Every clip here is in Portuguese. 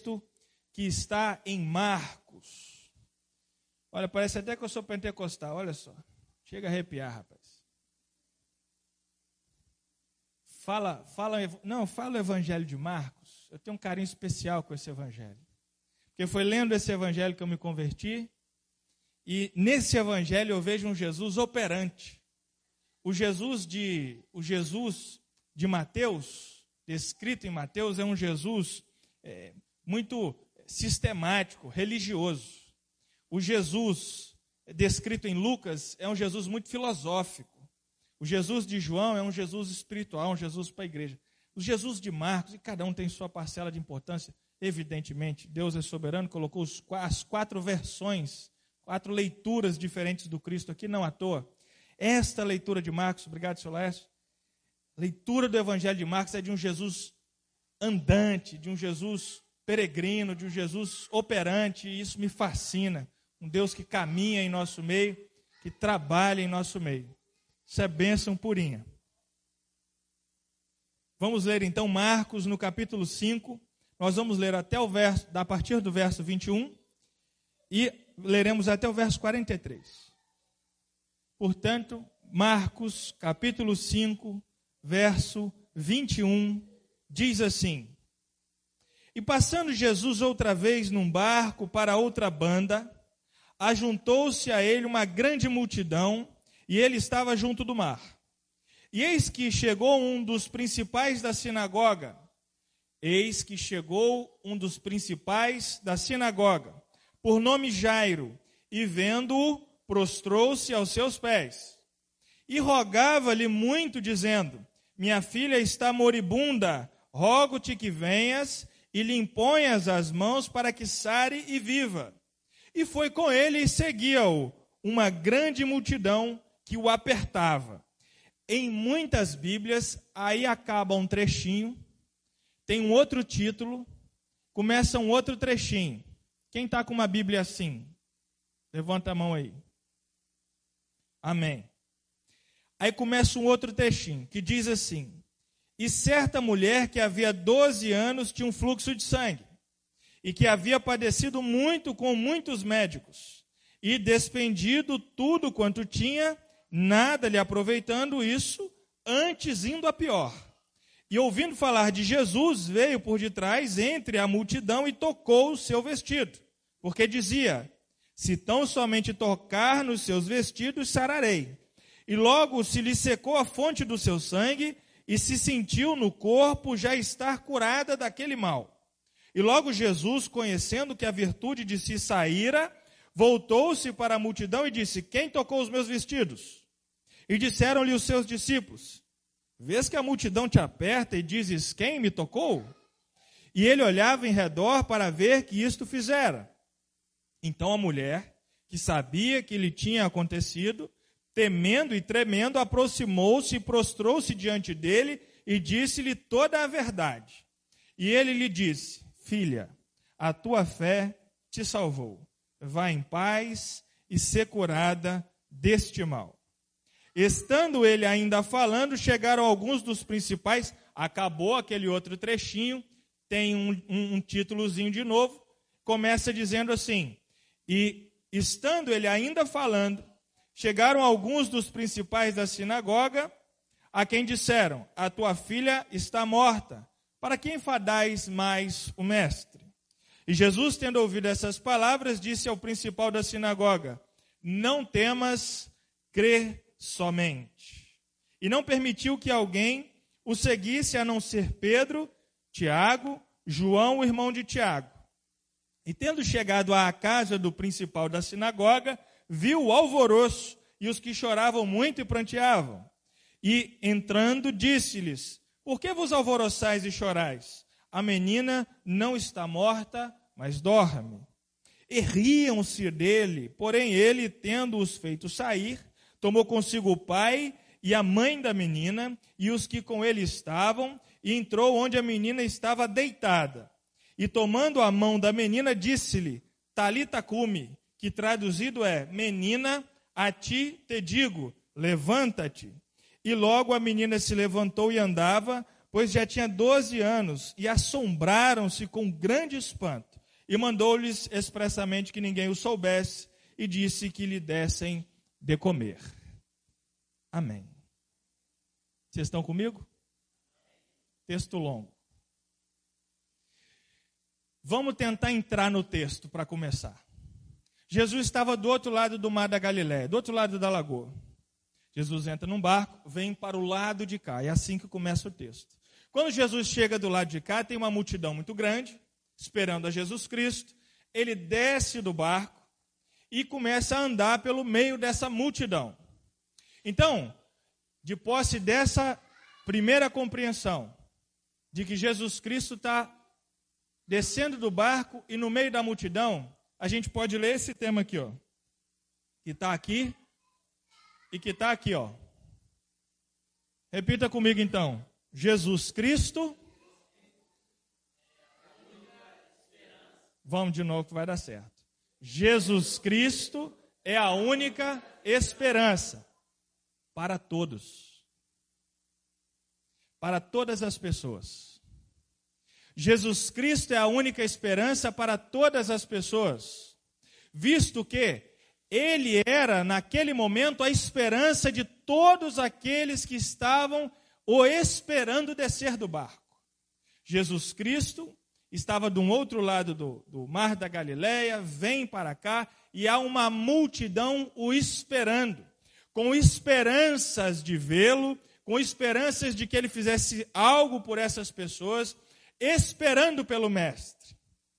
texto que está em Marcos. Olha, parece até que eu sou pentecostal, olha só. Chega a arrepiar, rapaz. Fala o evangelho de Marcos. Eu tenho um carinho especial com esse evangelho. Porque foi lendo esse evangelho que eu me converti. E nesse evangelho eu vejo um Jesus operante. O Jesus de Mateus, descrito em Mateus, é um Jesus muito sistemático, religioso. O Jesus descrito em Lucas é um Jesus muito filosófico. O Jesus de João é um Jesus espiritual, um Jesus para a igreja. O Jesus de Marcos, e cada um tem sua parcela de importância, evidentemente. Deus é soberano, colocou as 4 versões, 4 leituras diferentes do Cristo aqui, não à toa. Esta leitura de Marcos, obrigado, Sr. Laércio, leitura do Evangelho de Marcos é de um Jesus andante, de um Jesus peregrino, de um Jesus operante, e isso me fascina. Um Deus que caminha em nosso meio, que trabalha em nosso meio. Isso é bênção purinha. Vamos ler então Marcos no capítulo 5. Nós vamos ler até o verso, a partir do verso 21 e leremos até o verso 43. Portanto, Marcos capítulo 5, verso 21, diz assim: E passando Jesus outra vez num barco para outra banda, ajuntou-se a ele uma grande multidão, e ele estava junto do mar. E eis que chegou um dos principais da sinagoga. Por nome Jairo, e vendo-o, prostrou-se aos seus pés. E rogava-lhe muito, dizendo: Minha filha está moribunda, rogo-te que venhas e lhe imponhas as mãos para que sare e viva. E foi com ele e seguia-o uma grande multidão que o apertava. Em muitas Bíblias, aí acaba um trechinho, tem um outro título, começa um outro trechinho. Quem está com uma Bíblia assim? Levanta a mão aí. Amém. Aí começa um outro trechinho, que diz assim: E certa mulher que havia 12 anos tinha um fluxo de sangue, e que havia padecido muito com muitos médicos, e despendido tudo quanto tinha, nada lhe aproveitando isso, antes indo a pior. E ouvindo falar de Jesus, veio por detrás entre a multidão e tocou o seu vestido, porque dizia: Se tão somente tocar nos seus vestidos, sararei. E logo se lhe secou a fonte do seu sangue, e se sentiu no corpo já estar curada daquele mal. E logo Jesus, conhecendo que a virtude de si saíra, voltou-se para a multidão e disse: Quem tocou os meus vestidos? E disseram-lhe os seus discípulos: Vês que a multidão te aperta e dizes: Quem me tocou? E ele olhava em redor para ver que isto fizera. Então a mulher, que sabia que lhe tinha acontecido, temendo e tremendo, aproximou-se e prostrou-se diante dele e disse-lhe toda a verdade. E ele lhe disse: Filha, a tua fé te salvou. Vá em paz e ser curada deste mal. Estando ele ainda falando, chegaram alguns dos principais. Acabou aquele outro trechinho, tem um títulozinho de novo. Começa dizendo assim: E estando ele ainda falando, chegaram alguns dos principais da sinagoga, a quem disseram: A tua filha está morta, para que enfadais mais o mestre? E Jesus, tendo ouvido essas palavras, disse ao principal da sinagoga: Não temas, crê somente. E não permitiu que alguém o seguisse, a não ser Pedro, Tiago, João, o irmão de Tiago. E tendo chegado à casa do principal da sinagoga, viu o alvoroço e os que choravam muito e pranteavam. E entrando, disse-lhes: Por que vos alvoroçais e chorais? A menina não está morta, mas dorme. E riam-se dele, porém ele, tendo-os feito sair, tomou consigo o pai e a mãe da menina e os que com ele estavam, e entrou onde a menina estava deitada. E tomando a mão da menina, disse-lhe: Talita cumi, que traduzido é: Menina, a ti te digo, levanta-te. E logo a menina se levantou e andava, pois já tinha 12 anos, e assombraram-se com grande espanto. E mandou-lhes expressamente que ninguém o soubesse, e disse que lhe dessem de comer. Amém. Vocês estão comigo? Texto longo. Vamos tentar entrar no texto para começar. Jesus estava do outro lado do mar da Galileia, do outro lado da lagoa. Jesus entra num barco, vem para o lado de cá. É assim que começa o texto. Quando Jesus chega do lado de cá, tem uma multidão muito grande, esperando a Jesus Cristo. Ele desce do barco e começa a andar pelo meio dessa multidão. Então, de posse dessa primeira compreensão, de que Jesus Cristo está descendo do barco e no meio da multidão, a gente pode ler esse tema aqui, ó, que está aqui e que está aqui, ó. Repita comigo então. Jesus Cristo. Vamos de novo que vai dar certo. Jesus Cristo é a única esperança para todos. Para todas as pessoas. Jesus Cristo é a única esperança para todas as pessoas, visto que Ele era, naquele momento, a esperança de todos aqueles que estavam o esperando descer do barco. Jesus Cristo estava de um outro lado do mar da Galileia, vem para cá, e há uma multidão o esperando, com esperanças de vê-lo, com esperanças de que ele fizesse algo por essas pessoas, esperando pelo Mestre.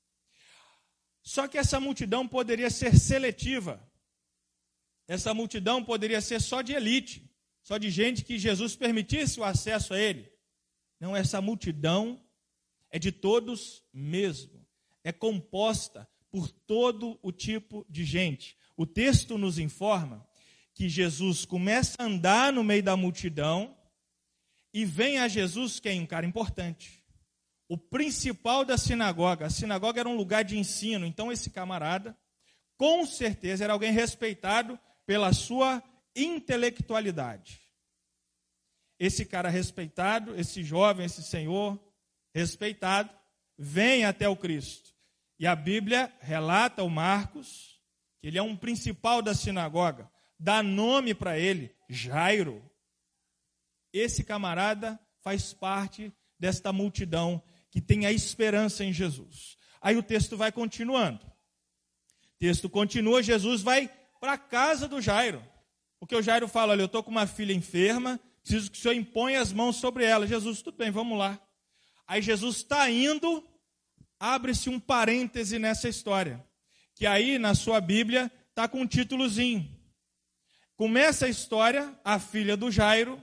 Só que essa multidão poderia ser seletiva. Essa multidão poderia ser só de elite, só de gente que Jesus permitisse o acesso a ele. Não, essa multidão é de todos mesmo. É composta por todo o tipo de gente. O texto nos informa que Jesus começa a andar no meio da multidão e vem a Jesus quem? Um cara importante. O principal da sinagoga. A sinagoga era um lugar de ensino. Então esse camarada, com certeza, era alguém respeitado pela sua intelectualidade. Esse cara respeitado, esse jovem, esse senhor respeitado, vem até o Cristo. E a Bíblia relata o Marcos, que ele é um principal da sinagoga, dá nome para ele, Jairo. Esse camarada faz parte desta multidão que tem a esperança em Jesus. Aí o texto vai continuando. O texto continua, Jesus vai para a casa do Jairo. Porque o Jairo fala, olha, eu estou com uma filha enferma, preciso que o Senhor imponha as mãos sobre ela. Jesus, tudo bem, vamos lá. Aí Jesus está indo, abre-se um parêntese nessa história, que aí na sua Bíblia está com um títulozinho. Começa a história, a filha do Jairo,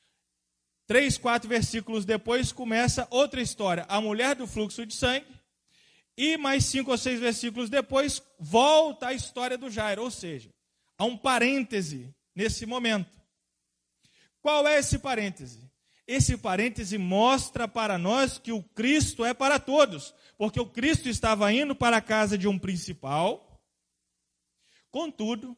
3, 4 versículos depois começa outra história, a mulher do fluxo de sangue, e mais 5 ou 6 versículos depois volta a história do Jairo, ou seja, há um parêntese nesse momento. Qual é esse parêntese? Esse parêntese mostra para nós que o Cristo é para todos, porque o Cristo estava indo para a casa de um principal. Contudo,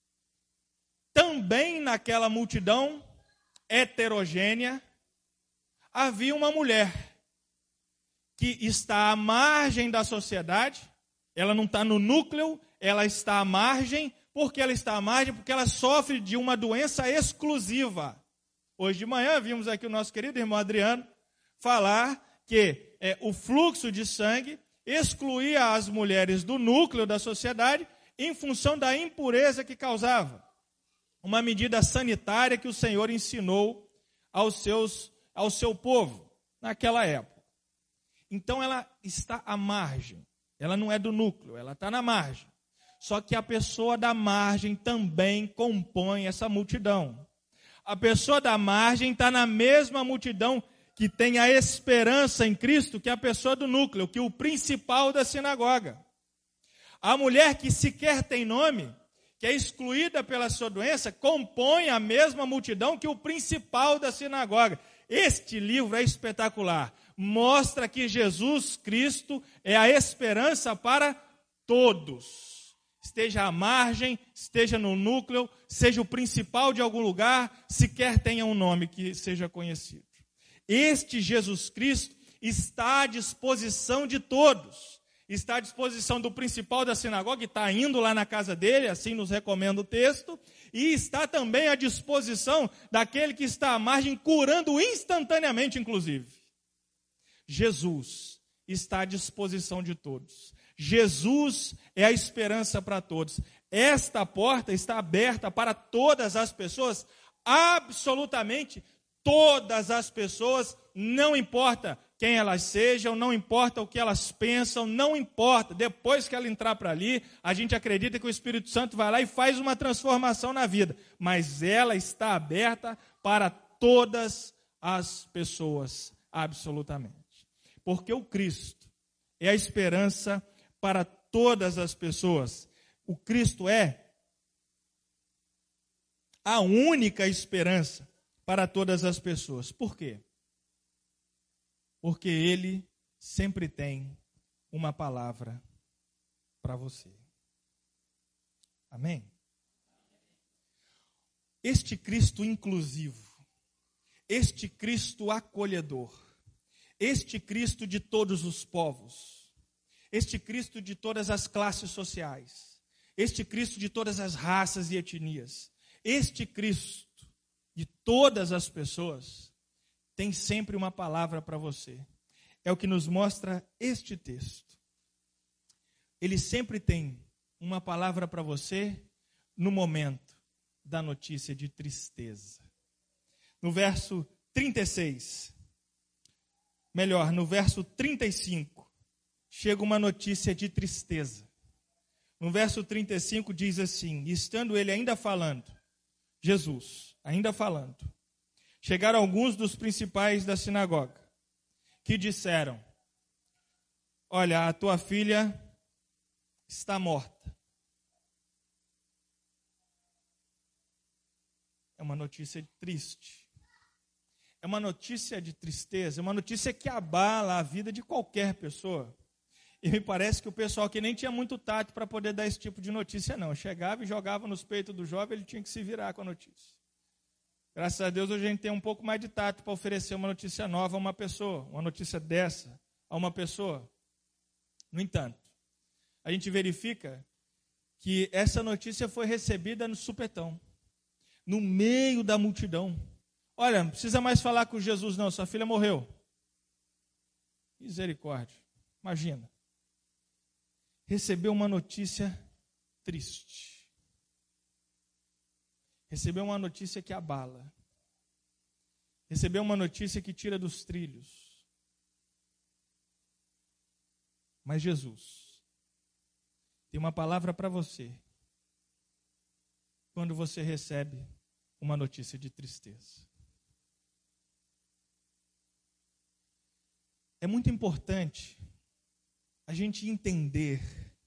também naquela multidão heterogênea, havia uma mulher que está à margem da sociedade, ela não está no núcleo, ela está à margem. Por que ela está à margem? Porque ela sofre de uma doença exclusiva. Hoje de manhã vimos aqui o nosso querido irmão Adriano falar que o fluxo de sangue excluía as mulheres do núcleo da sociedade em função da impureza que causava. Uma medida sanitária que o Senhor ensinou ao seu povo naquela época. Então ela está à margem, ela não é do núcleo, ela está na margem. Só que a pessoa da margem também compõe essa multidão. A pessoa da margem está na mesma multidão que tem a esperança em Cristo que a pessoa do núcleo, que o principal da sinagoga. A mulher que sequer tem nome, que é excluída pela sua doença, compõe a mesma multidão que o principal da sinagoga. Este livro é espetacular. Mostra que Jesus Cristo é a esperança para todos. Esteja à margem, esteja no núcleo, seja o principal de algum lugar, sequer tenha um nome que seja conhecido. Este Jesus Cristo está à disposição de todos. Está à disposição do principal da sinagoga, que está indo lá na casa dele, assim nos recomenda o texto, e está também à disposição daquele que está à margem, curando instantaneamente, inclusive. Jesus está à disposição de todos. Jesus é a esperança para todos. Esta porta está aberta para todas as pessoas, absolutamente todas as pessoas, não importa quem elas sejam, não importa o que elas pensam, não importa. Depois que ela entrar para ali, a gente acredita que o Espírito Santo vai lá e faz uma transformação na vida. Mas ela está aberta para todas as pessoas, absolutamente. Porque o Cristo é a esperança para todas as pessoas. O Cristo é a única esperança para todas as pessoas. Por quê? Porque Ele sempre tem uma palavra para você. Amém? Este Cristo inclusivo, este Cristo acolhedor, este Cristo de todos os povos, este Cristo de todas as classes sociais, este Cristo de todas as raças e etnias, este Cristo de todas as pessoas, tem sempre uma palavra para você. É o que nos mostra este texto. Ele sempre tem uma palavra para você no momento da notícia de tristeza. No verso 36, melhor, no verso 35, chega uma notícia de tristeza. No verso 35 diz assim: estando ele ainda falando, Jesus, ainda falando, chegaram alguns dos principais da sinagoga, que disseram: olha, a tua filha está morta. É uma notícia triste. É uma notícia de tristeza, é uma notícia que abala a vida de qualquer pessoa. E me parece que o pessoal aqui nem tinha muito tato para poder dar esse tipo de notícia, não. Chegava e jogava nos peitos do jovem, ele tinha que se virar com a notícia. Graças a Deus, hoje a gente tem um pouco mais de tato para oferecer uma notícia nova a uma pessoa, uma notícia dessa a uma pessoa. No entanto, a gente verifica que essa notícia foi recebida no supetão, no meio da multidão. Olha, não precisa mais falar com Jesus não, sua filha morreu. Misericórdia, imagina. Recebeu uma notícia triste. Recebeu uma notícia que abala. Recebeu uma notícia que tira dos trilhos. Mas Jesus tem uma palavra para você quando você recebe uma notícia de tristeza. É muito importante a gente entender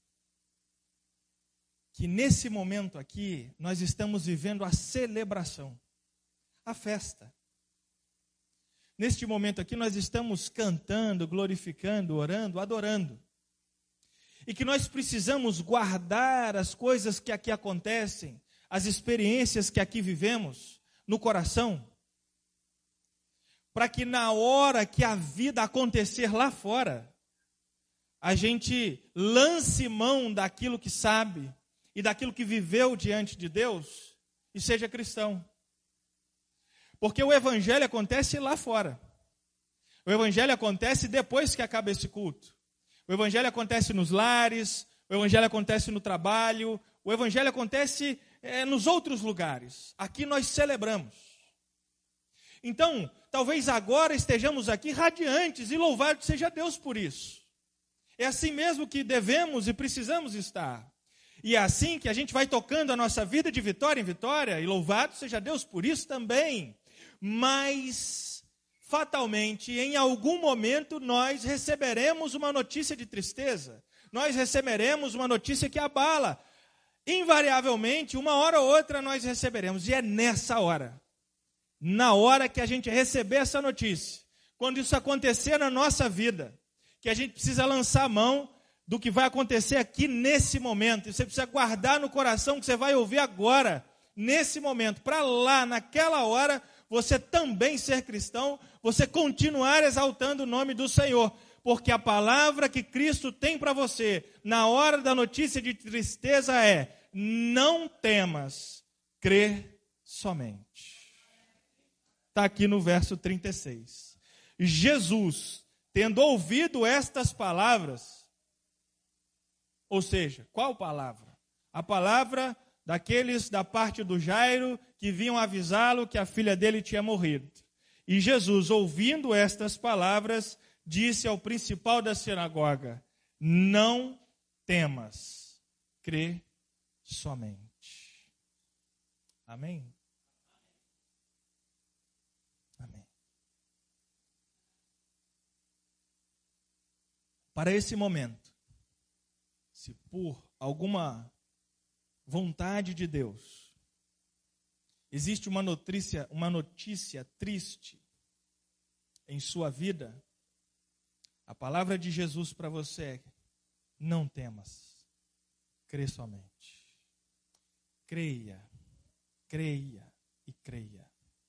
que nesse momento aqui, nós estamos vivendo a celebração, a festa. Neste momento aqui, nós estamos cantando, glorificando, orando, adorando. E que nós precisamos guardar as coisas que aqui acontecem, as experiências que aqui vivemos, no coração, para que na hora que a vida acontecer lá fora, a gente lance mão daquilo que sabe e daquilo que viveu diante de Deus e seja cristão. Porque o evangelho acontece lá fora. O evangelho acontece depois que acaba esse culto. O evangelho acontece nos lares, o evangelho acontece no trabalho, o evangelho acontece nos outros lugares. Aqui nós celebramos. Então, talvez agora estejamos aqui radiantes e louvado seja Deus por isso. É assim mesmo que devemos e precisamos estar. E é assim que a gente vai tocando a nossa vida de vitória em vitória, e louvado seja Deus por isso também. Mas, fatalmente, em algum momento, nós receberemos uma notícia de tristeza. Nós receberemos uma notícia que abala. Invariavelmente, uma hora ou outra, nós receberemos. E é nessa hora, na hora que a gente receber essa notícia, quando isso acontecer na nossa vida, que a gente precisa lançar a mão do que vai acontecer aqui nesse momento. E você precisa guardar no coração que você vai ouvir agora, nesse momento. Para lá, naquela hora, você também ser cristão, você continuar exaltando o nome do Senhor, porque a palavra que Cristo tem para você, na hora da notícia de tristeza é: não temas, crê somente. Está aqui no verso 36. Jesus, tendo ouvido estas palavras, ou seja, qual palavra? A palavra daqueles da parte do Jairo que vinham avisá-lo que a filha dele tinha morrido. E Jesus, ouvindo estas palavras, disse ao principal da sinagoga: não temas, crê somente. Amém? Amém. Para esse momento, se por alguma vontade de Deus existe uma notícia triste em sua vida, a palavra de Jesus para você é: não temas, crê somente. Creia, creia e creia.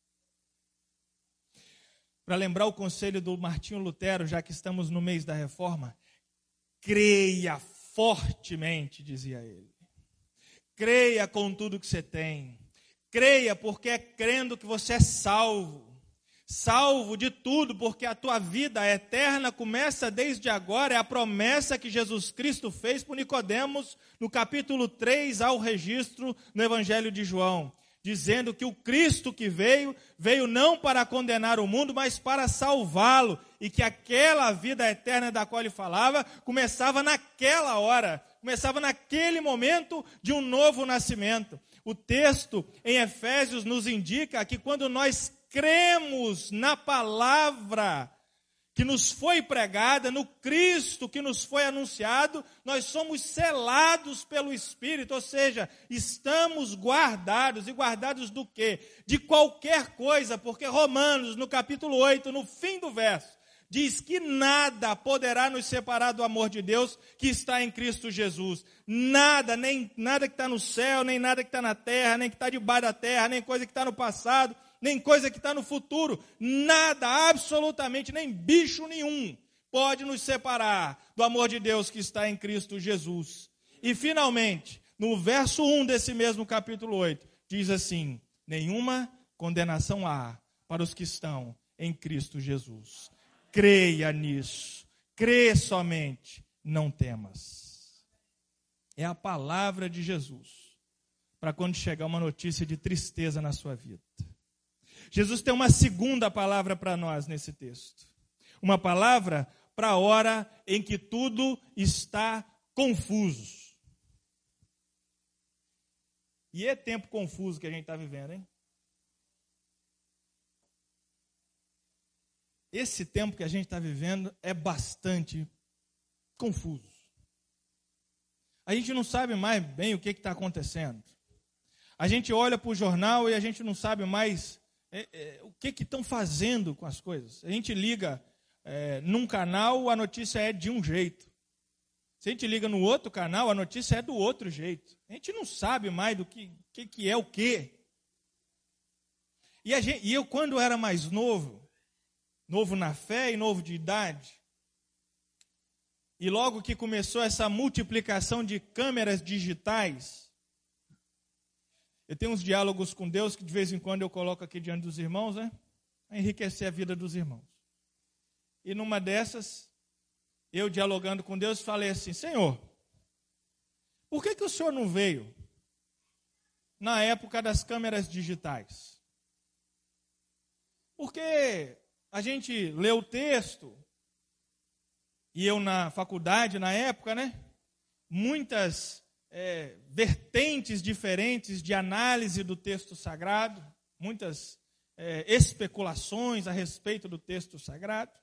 Para lembrar o conselho do Martinho Lutero, já que estamos no mês da Reforma, creia fortemente, dizia ele. Creia com tudo que você tem. Creia porque é crendo que você é salvo. Salvo de tudo, porque a tua vida eterna começa desde agora. É a promessa que Jesus Cristo fez por Nicodemos no capítulo 3 ao registro no Evangelho de João, dizendo que o Cristo que veio não para condenar o mundo, mas para salvá-lo, e que aquela vida eterna da qual ele falava começava naquela hora, começava naquele momento de um novo nascimento. O texto em Efésios nos indica que quando nós cremos na palavra que nos foi pregada, no Cristo que nos foi anunciado, nós somos selados pelo Espírito, ou seja, estamos guardados. E guardados do quê? De qualquer coisa, porque Romanos, no capítulo 8, no fim do verso, diz que nada poderá nos separar do amor de Deus que está em Cristo Jesus. Nada, nem nada que está no céu, nem nada que está na terra, nem que está debaixo da terra, nem coisa que está no passado, nem coisa que está no futuro, nada, absolutamente, nem bicho nenhum pode nos separar do amor de Deus que está em Cristo Jesus. E finalmente, no verso 1 desse mesmo capítulo 8, diz assim: nenhuma condenação há para os que estão em Cristo Jesus. Creia nisso, crê somente, não temas. É a palavra de Jesus para quando chegar uma notícia de tristeza na sua vida. Jesus tem uma segunda palavra para nós nesse texto. Uma palavra para a hora em que tudo está confuso. E é tempo confuso que a gente está vivendo, hein? Esse tempo que a gente está vivendo é bastante confuso. A gente não sabe mais bem o que está acontecendo. A gente olha para o jornal e a gente não sabe mais o que estão fazendo com as coisas. A gente liga num canal, a notícia é de um jeito. Se a gente liga no outro canal, a notícia é do outro jeito. A gente não sabe mais do que é o quê. E eu, quando era mais novo na fé e novo de idade, e logo que começou essa multiplicação de câmeras digitais, eu tenho uns diálogos com Deus que de vez em quando eu coloco aqui diante dos irmãos, né? Para enriquecer a vida dos irmãos. E numa dessas, eu dialogando com Deus, falei assim: Senhor, por que o Senhor não veio na época das câmeras digitais? Porque a gente lê o texto, e eu na faculdade, na época, né? Muitas vertentes diferentes de análise do texto sagrado, muitas especulações a respeito do texto sagrado.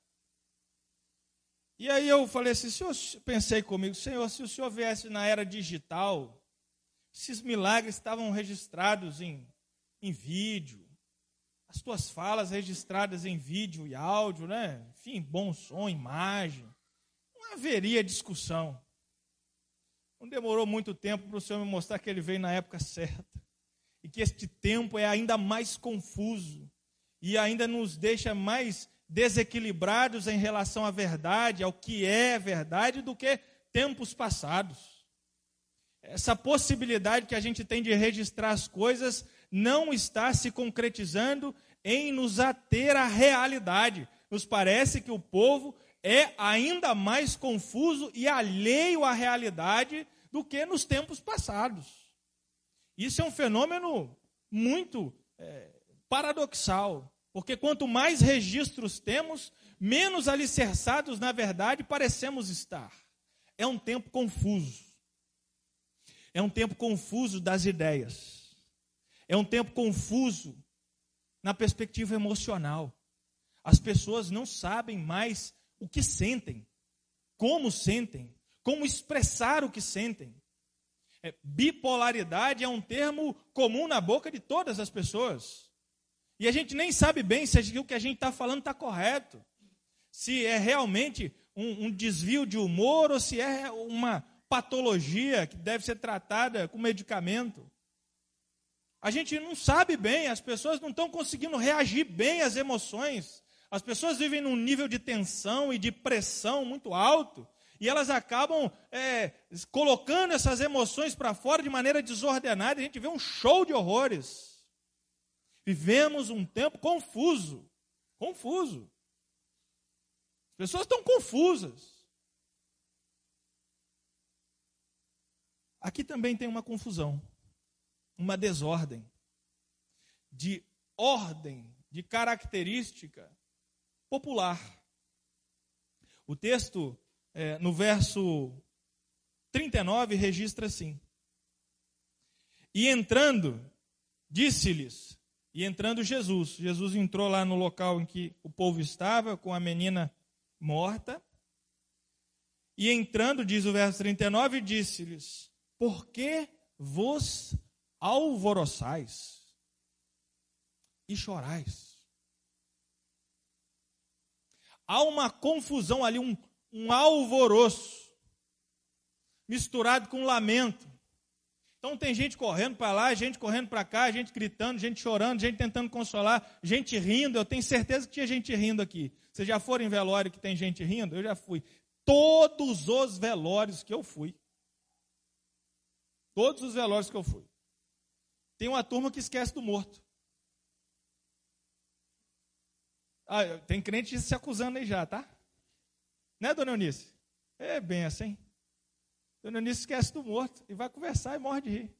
E aí eu falei assim, pensei comigo, Senhor, se o Senhor viesse na era digital, esses milagres estavam registrados em vídeo, as tuas falas registradas em vídeo e áudio, né? Enfim, bom som, imagem, não haveria discussão. Não demorou muito tempo para o Senhor me mostrar que ele veio na época certa. E que este tempo é ainda mais confuso. e ainda nos deixa mais desequilibrados em relação à verdade, ao que é verdade, do que tempos passados. Essa possibilidade que a gente tem de registrar as coisas não está se concretizando em nos ater à realidade. Nos parece que o povo é ainda mais confuso e alheio à realidade do que nos tempos passados. Isso é um fenômeno muito paradoxal, porque quanto mais registros temos, menos alicerçados na verdade parecemos estar. É um tempo confuso. É um tempo confuso das ideias. É um tempo confuso na perspectiva emocional. As pessoas não sabem mais o que sentem, como expressar o que sentem. Bipolaridade é um termo comum na boca de todas as pessoas. E a gente nem sabe bem se o que a gente está falando está correto. Se é realmente um desvio de humor ou se é uma patologia que deve ser tratada com medicamento. A gente não sabe bem, as pessoas não estão conseguindo reagir bem às emoções. As pessoas vivem num nível de tensão e de pressão muito alto, e elas acabam colocando essas emoções para fora de maneira desordenada, e a gente vê um show de horrores. Vivemos um tempo confuso. As pessoas estão confusas. Aqui também tem uma confusão, uma desordem, de ordem, de característica popular. O texto, no verso 39, registra assim: E entrando, disse-lhes, e entrando Jesus entrou lá no local em que o povo estava, com a menina morta, e entrando, diz o verso 39, disse-lhes: Por que vos alvoroçais e chorais? Há uma confusão ali, um alvoroço, misturado com lamento. Então tem gente correndo para lá, gente correndo para cá, gente gritando, gente chorando, gente tentando consolar, gente rindo. Eu tenho certeza que tinha gente rindo aqui. Vocês já foram em velório que tem gente rindo? Eu já fui. Todos os velórios que eu fui. Todos os velórios que eu fui. Tem uma turma que esquece do morto. Tem crente se acusando aí já, tá? Né, dona Eunice? É bem assim. Dona Eunice esquece do morto e vai conversar e morre de rir.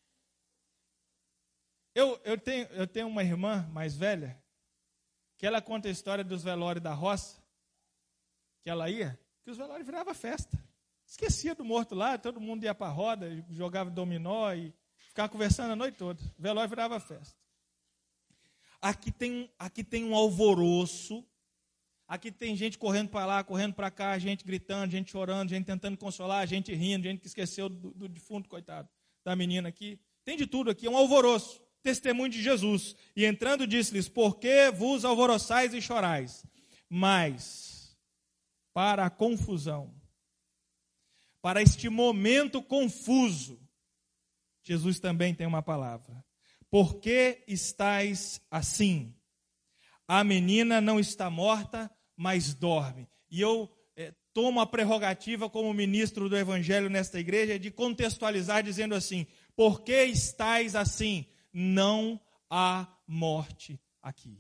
Eu tenho uma irmã mais velha que ela conta a história dos velórios da roça, que ela ia, que os velórios viravam festa. Esquecia do morto lá, todo mundo ia para a roda, jogava dominó e ficava conversando a noite toda. O velório virava festa. Aqui tem um alvoroço, aqui tem gente correndo para lá, correndo para cá, gente gritando, gente chorando, gente tentando consolar, gente rindo, gente que esqueceu do defunto, coitado, da menina aqui. Tem de tudo aqui, é um alvoroço, testemunho de Jesus. E entrando disse-lhes: Por que vos alvoroçais e chorais? Mas, para a confusão, para este momento confuso, Jesus também tem uma palavra. Por que estáis assim? A menina não está morta, mas dorme. E eu tomo a prerrogativa como ministro do Evangelho nesta igreja de contextualizar dizendo assim: por que estáis assim? Não há morte aqui.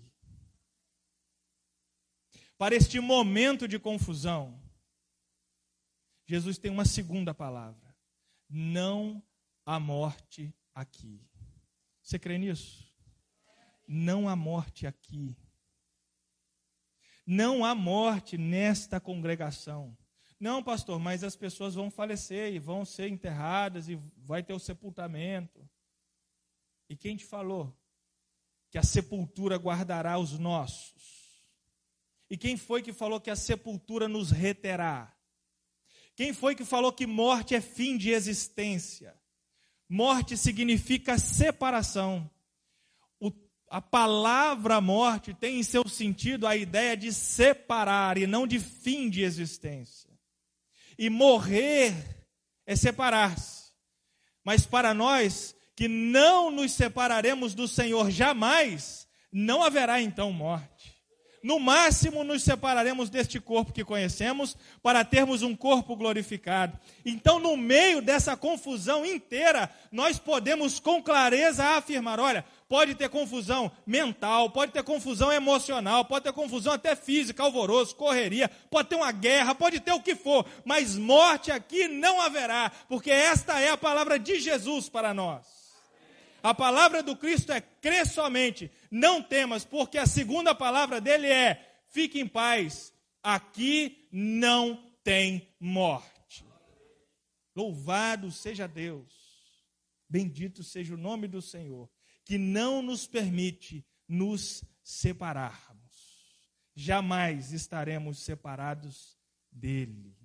Para este momento de confusão, Jesus tem uma segunda palavra: não há morte aqui. Você crê nisso? Não há morte aqui. Não há morte nesta congregação. Não, pastor, mas as pessoas vão falecer e vão ser enterradas e vai ter o sepultamento. E quem te falou que a sepultura guardará os nossos? E quem foi que falou que a sepultura nos reterá? Quem foi que falou que morte é fim de existência? Morte significa separação. A palavra morte tem em seu sentido a ideia de separar e não de fim de existência. E morrer é separar-se. Mas para nós, que não nos separaremos do Senhor jamais, não haverá então morte. No máximo nos separaremos deste corpo que conhecemos para termos um corpo glorificado. Então, no meio dessa confusão inteira, nós podemos com clareza afirmar, olha, pode ter confusão mental, pode ter confusão emocional, pode ter confusão até física, alvoroço, correria, pode ter uma guerra, pode ter o que for, mas morte aqui não haverá, porque esta é a palavra de Jesus para nós. A palavra do Cristo é: crê somente, não temas, porque a segunda palavra dele é: fique em paz, aqui não tem morte. Louvado seja Deus, bendito seja o nome do Senhor, que não nos permite nos separarmos. Jamais estaremos separados dele.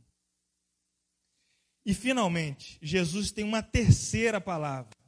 E finalmente, Jesus tem uma terceira palavra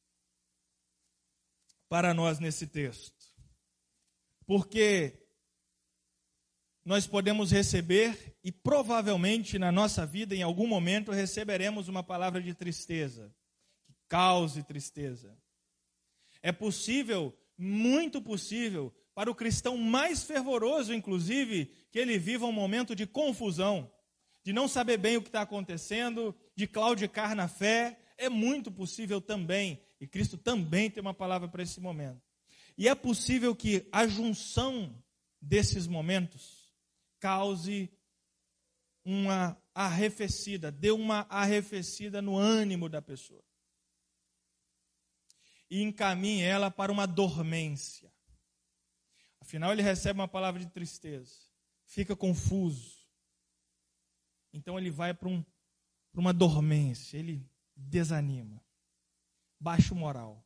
para nós nesse texto, porque nós podemos receber, e provavelmente na nossa vida, em algum momento, receberemos uma palavra de tristeza, que cause tristeza. É possível, muito possível, para o cristão mais fervoroso, inclusive, que ele viva um momento de confusão, de não saber bem o que está acontecendo, de claudicar na fé. É muito possível também, e Cristo também tem uma palavra para esse momento. E é possível que a junção desses momentos cause uma arrefecida, dê uma arrefecida no ânimo da pessoa. E encaminhe ela para uma dormência. Afinal, ele recebe uma palavra de tristeza, fica confuso. Então ele vai para uma dormência, ele desanima, baixa o moral.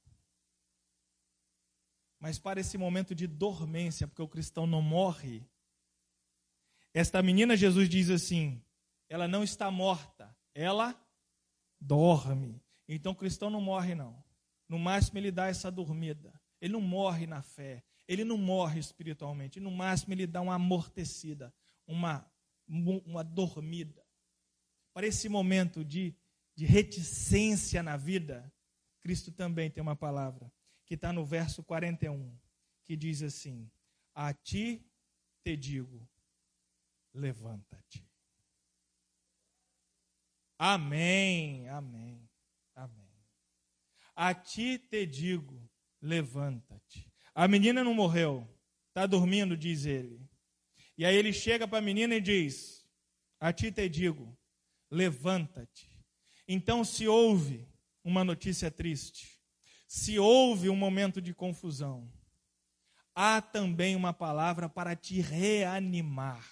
Mas para esse momento de dormência, porque o cristão não morre, esta menina, Jesus diz assim, ela não está morta, ela dorme. Então o cristão não morre não. No máximo ele dá essa dormida. Ele não morre na fé, ele não morre espiritualmente. No máximo ele dá uma amortecida, uma dormida. Para esse momento de reticência na vida, Cristo também tem uma palavra, que está no verso 41, que diz assim, a ti te digo, levanta-te. Amém, amém, amém. A ti te digo, levanta-te. A menina não morreu, está dormindo, diz ele. E aí ele chega para a menina e diz, a ti te digo, levanta-te. Então, se houve uma notícia triste, se houve um momento de confusão, há também uma palavra para te reanimar.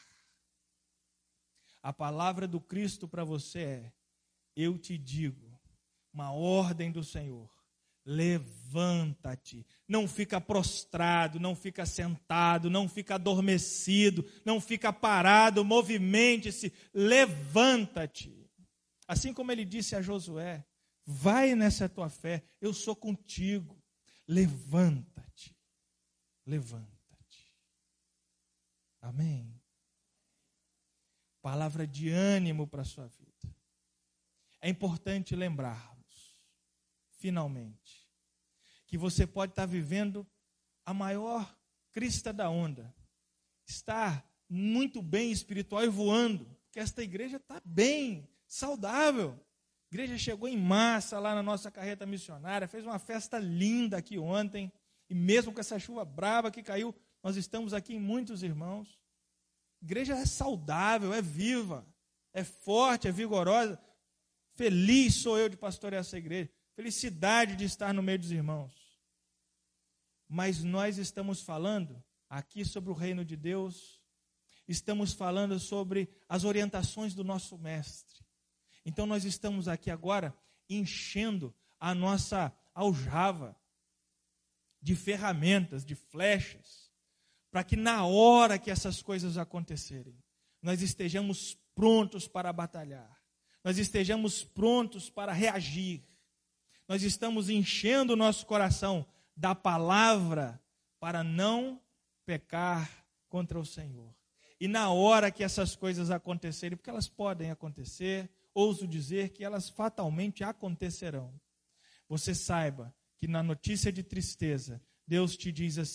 A palavra do Cristo para você é, eu te digo, uma ordem do Senhor, levanta-te. Não fica prostrado, não fica sentado, não fica adormecido, não fica parado, movimente-se, levanta-te. Assim como ele disse a Josué, vai nessa tua fé, eu sou contigo, levanta-te, levanta-te. Amém? Palavra de ânimo para a sua vida. É importante lembrarmos, finalmente, que você pode estar vivendo a maior crista da onda, estar muito bem espiritual e voando, porque esta igreja está bem, saudável. A igreja chegou em massa lá na nossa carreta missionária, fez uma festa linda aqui ontem, e mesmo com essa chuva brava que caiu, nós estamos aqui em muitos irmãos. A igreja é saudável, é viva, é forte, é vigorosa. Feliz sou eu de pastorear essa igreja. Felicidade de estar no meio dos irmãos. Mas nós estamos falando aqui sobre o reino de Deus, estamos falando sobre as orientações do nosso mestre. Então nós estamos aqui agora enchendo a nossa aljava de ferramentas, de flechas, para que na hora que essas coisas acontecerem, nós estejamos prontos para batalhar, nós estejamos prontos para reagir. Nós estamos enchendo o nosso coração da palavra para não pecar contra o Senhor. E na hora que essas coisas acontecerem, porque elas podem acontecer, ouso dizer que elas fatalmente acontecerão. Você saiba que na notícia de tristeza, Deus te diz assim,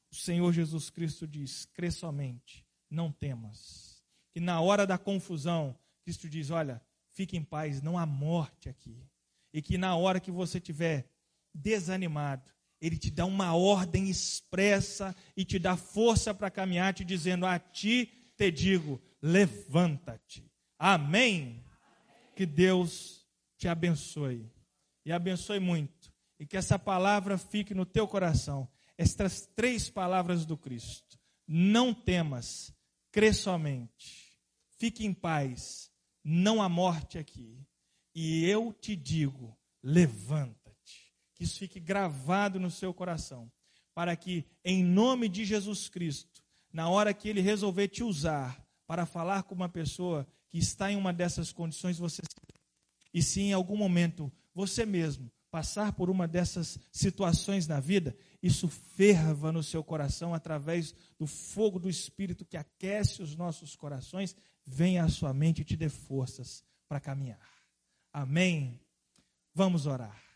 o Senhor Jesus Cristo diz: crê somente, não temas. Que na hora da confusão, Cristo diz: olha, fique em paz, não há morte aqui. E que na hora que você estiver desanimado, Ele te dá uma ordem expressa e te dá força para caminhar, te dizendo: a ti te digo, levanta-te. Amém? Que Deus te abençoe. E abençoe muito. E que essa palavra fique no teu coração. Estas 3 palavras do Cristo: não temas, crê somente, fique em paz, não há morte aqui. E eu te digo, levanta-te. Que isso fique gravado no seu coração, para que, em nome de Jesus Cristo, na hora que Ele resolver te usar para falar com uma pessoa que está em uma dessas condições, e se em algum momento você mesmo passar por uma dessas situações na vida, isso ferva no seu coração através do fogo do Espírito que aquece os nossos corações, venha à sua mente e te dê forças para caminhar. Amém? Vamos orar.